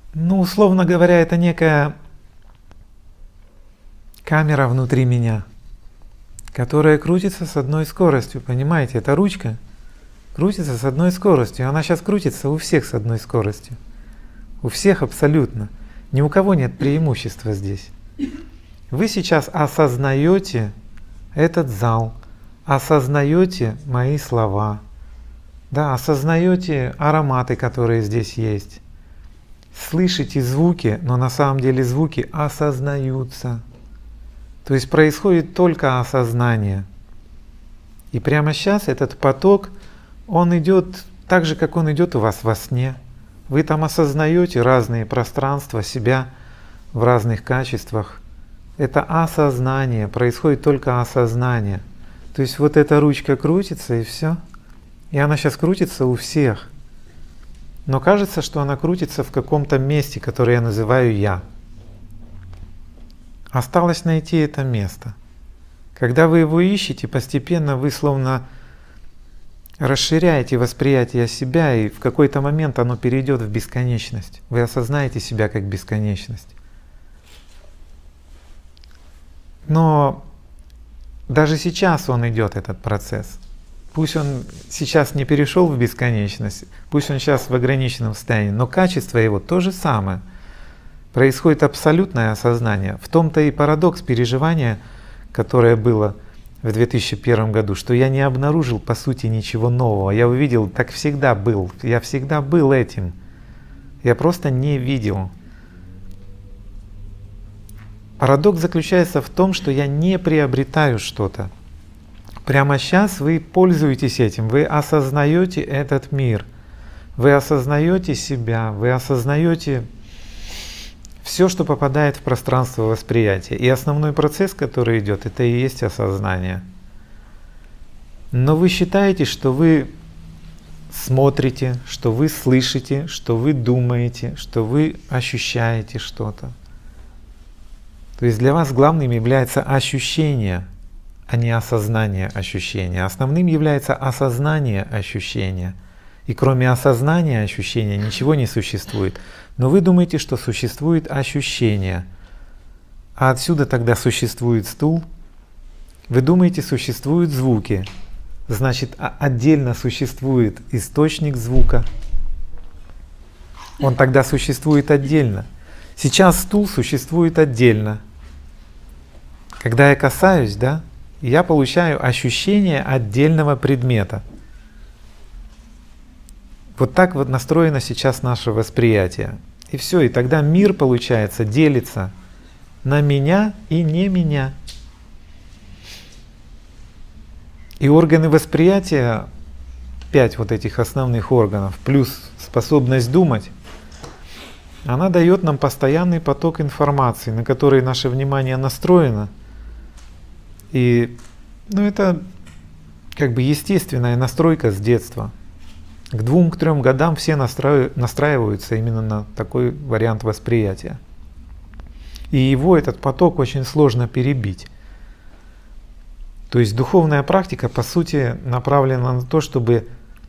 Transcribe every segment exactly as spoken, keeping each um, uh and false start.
Ну, условно говоря, это некая камера внутри меня, которая крутится с одной скоростью, понимаете? Эта ручка крутится с одной скоростью, она сейчас крутится у всех с одной скоростью. У всех абсолютно. Ни у кого нет преимущества здесь. Вы сейчас осознаете этот зал, осознаете мои слова, да, осознаете ароматы, которые здесь есть. Слышите звуки, но на самом деле звуки осознаются. То есть происходит только осознание. И прямо сейчас этот поток, он идет так же, как он идет у вас во сне. Вы там осознаете разные пространства себя в разных качествах. Это осознание, происходит только осознание. То есть вот эта ручка крутится и все. И она сейчас крутится у всех. Но кажется, что она крутится в каком-то месте, которое я называю «я». Осталось найти это место. Когда вы его ищете, постепенно вы словно расширяете восприятие себя, и в какой-то момент оно перейдет в бесконечность. Вы осознаете себя как бесконечность. Но даже сейчас он идет, этот процесс. Пусть он сейчас не перешел в бесконечность, пусть он сейчас в ограниченном состоянии, но качество его то же самое. Происходит абсолютное осознание. В том-то и парадокс переживания, которое было в две тысячи первом году, что я не обнаружил по сути ничего нового. Я увидел, так всегда был, я всегда был этим. Я просто не видел. Парадокс заключается в том, что я не приобретаю что-то. Прямо сейчас вы пользуетесь этим, вы осознаете этот мир, вы осознаете себя, вы осознаете все, что попадает в пространство восприятия. И основной процесс, который идет, это и есть осознание. Но вы считаете, что вы смотрите, что вы слышите, что вы думаете, что вы ощущаете что-то. То есть для вас главным является ощущение, а не осознание ощущения. Основным является осознание ощущения. И кроме осознания ощущения ничего не существует. Но вы думаете, что существует ощущение. А отсюда тогда существует стул. Вы думаете, существуют звуки. Значит, отдельно существует источник звука. Он тогда существует отдельно. Сейчас стул существует отдельно. Когда я касаюсь, да, я получаю ощущение отдельного предмета. Вот так вот настроено сейчас наше восприятие. И все, и тогда мир, получается, делится на меня и не меня. И органы восприятия, пять вот этих основных органов, плюс способность думать, она дает нам постоянный поток информации, на который наше внимание настроено. И ну, это как бы естественная настройка с детства. К двум, к трем годам все настраив... настраиваются именно на такой вариант восприятия. И его, этот поток, очень сложно перебить. То есть духовная практика, по сути, направлена на то, чтобы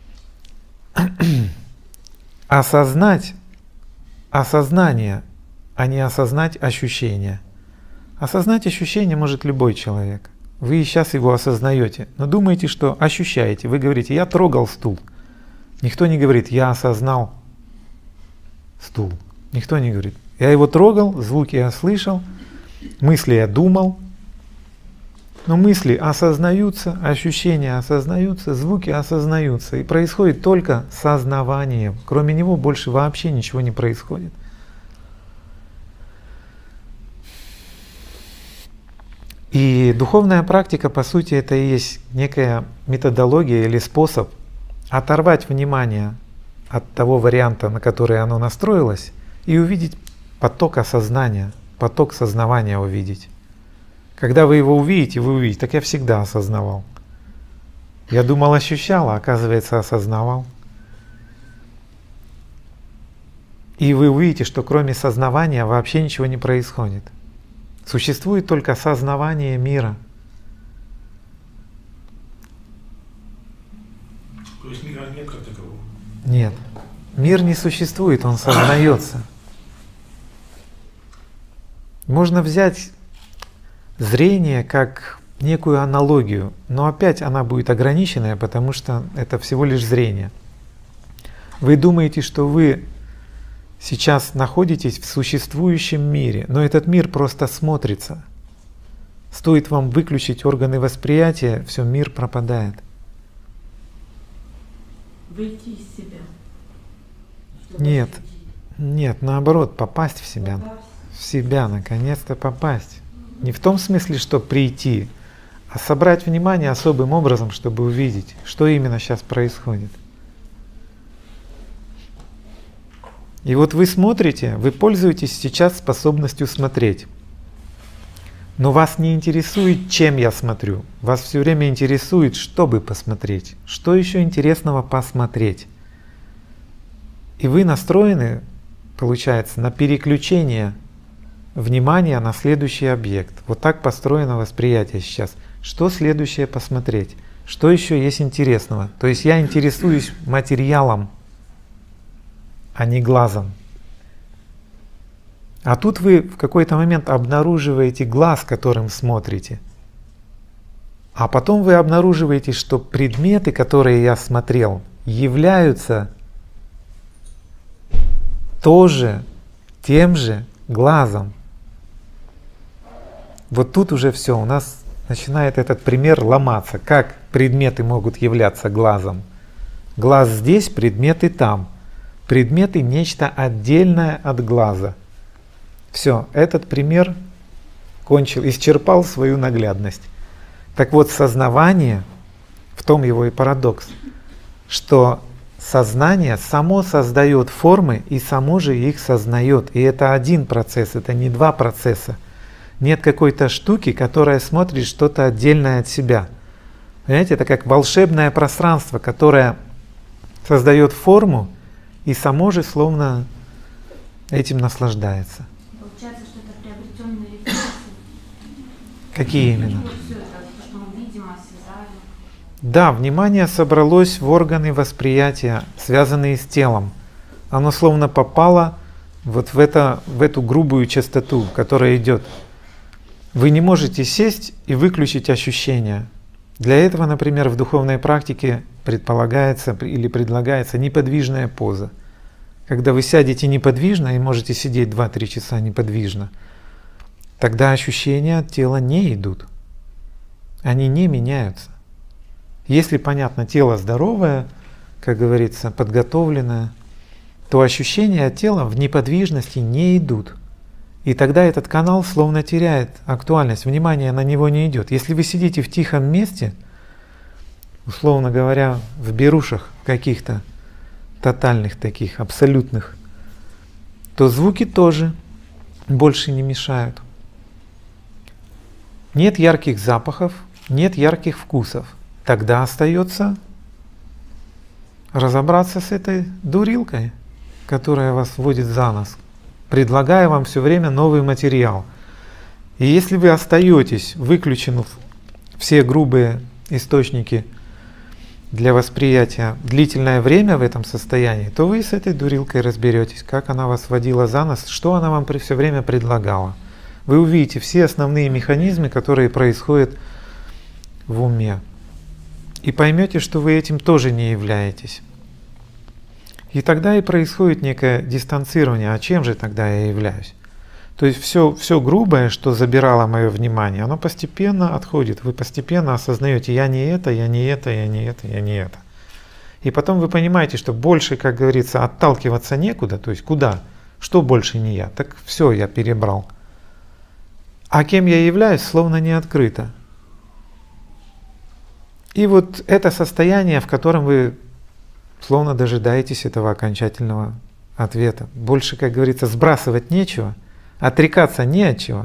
осознать осознание, а не осознать ощущение. Осознать ощущение может любой человек. Вы сейчас его осознаете, но думаете, что ощущаете. Вы говорите: я трогал стул. Никто не говорит: я осознал стул. Никто не говорит. Я его трогал, звуки я слышал, мысли я думал. Но мысли осознаются, ощущения осознаются, звуки осознаются. И происходит только сознавание. Кроме него больше вообще ничего не происходит. И духовная практика, по сути, это и есть некая методология или способ оторвать внимание от того варианта, на который оно настроилось, и увидеть поток осознания, поток сознавания увидеть. Когда вы его увидите, вы увидите: так я всегда осознавал. Я думал, ощущал, а оказывается, осознавал. И вы увидите, что кроме сознавания вообще ничего не происходит. Существует только сознавание мира. То есть мира нет как такового? Нет. Мир не существует, он сознается. Можно взять зрение как некую аналогию, но опять она будет ограниченная, потому что это всего лишь зрение. Вы думаете, что вы сейчас находитесь в существующем мире, но этот мир просто смотрится. Стоит вам выключить органы восприятия, все, мир пропадает. Выйти из себя. Нет, нет, наоборот, попасть в себя. В себя, наконец-то попасть. Не в том смысле, что прийти, а собрать внимание особым образом, чтобы увидеть, что именно сейчас происходит. И вот вы смотрите, вы пользуетесь сейчас способностью смотреть. Но вас не интересует, чем я смотрю. Вас все время интересует, чтобы посмотреть. Что еще интересного посмотреть? И вы настроены, получается, на переключение внимания на следующий объект. Вот так построено восприятие сейчас. Что следующее посмотреть? Что еще есть интересного? То есть я интересуюсь материалом, а не глазом. А тут вы в какой-то момент обнаруживаете глаз, которым смотрите. А потом вы обнаруживаете, что предметы, которые я смотрел, являются тоже тем же глазом. Вот тут уже все, у нас начинает этот пример ломаться. Как предметы могут являться глазом? Глаз здесь, предметы там. Предметы — нечто отдельное от глаза. Все, этот пример кончил, исчерпал свою наглядность. Так вот, сознавание, в том его и парадокс, что сознание само создает формы и само же их сознает. И это один процесс, это не два процесса. Нет какой-то штуки, которая смотрит что-то отдельное от себя. Понимаете, это как волшебное пространство, которое создает форму и само же словно этим наслаждается. Получается, что это приобретенные рефлексы. Какие именно? Вот все это, то, что мы видим, осязаем. Да, внимание собралось в органы восприятия, связанные с телом. Оно словно попало вот в, это, в эту грубую частоту, которая идет. Вы не можете сесть и выключить ощущения. Для этого, например, в духовной практике предполагается или предлагается неподвижная поза. Когда вы сядете неподвижно и можете сидеть два-три часа неподвижно, тогда ощущения от тела не идут. Они не меняются. Если, понятно, тело здоровое, как говорится, подготовленное, то ощущения от тела в неподвижности не идут. И тогда этот канал словно теряет актуальность, внимание на него не идет. Если вы сидите в тихом месте, условно говоря, в берушах каких-то тотальных таких, абсолютных, то звуки тоже больше не мешают. Нет ярких запахов, нет ярких вкусов. Тогда остается разобраться с этой дурилкой, которая вас вводит за нос, предлагая вам все время новый материал. И если вы остаетесь, выключив все грубые источники для восприятия длительное время в этом состоянии, то вы с этой дурилкой разберетесь, как она вас водила за нос, что она вам все время предлагала. Вы увидите все основные механизмы, которые происходят в уме. И поймете, что вы этим тоже не являетесь. И тогда и происходит некое дистанцирование. А чем же тогда я являюсь? То есть все, все грубое, что забирало мое внимание, оно постепенно отходит. Вы постепенно осознаете, я не это, я не это, я не это, я не это. И потом вы понимаете, что больше, как говорится, отталкиваться некуда. То есть куда? Что больше не я? Так все, я перебрал. А кем я являюсь, словно не открыто. И вот это состояние, в котором вы словно дожидаетесь этого окончательного ответа. Больше, как говорится, сбрасывать нечего, отрекаться не от чего,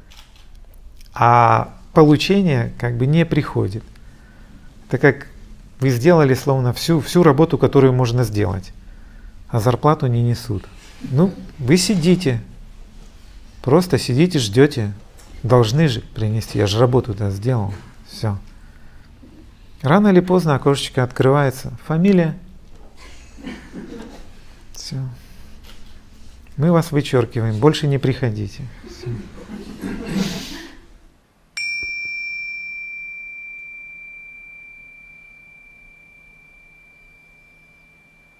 а получение как бы не приходит. Это как вы сделали словно всю, всю работу, которую можно сделать, а зарплату не несут. Ну, вы сидите, просто сидите, ждете, должны же принести, я же работу-то сделал, все. Рано или поздно окошечко открывается. Фамилия. Все. Мы вас вычеркиваем. Больше не приходите. Все.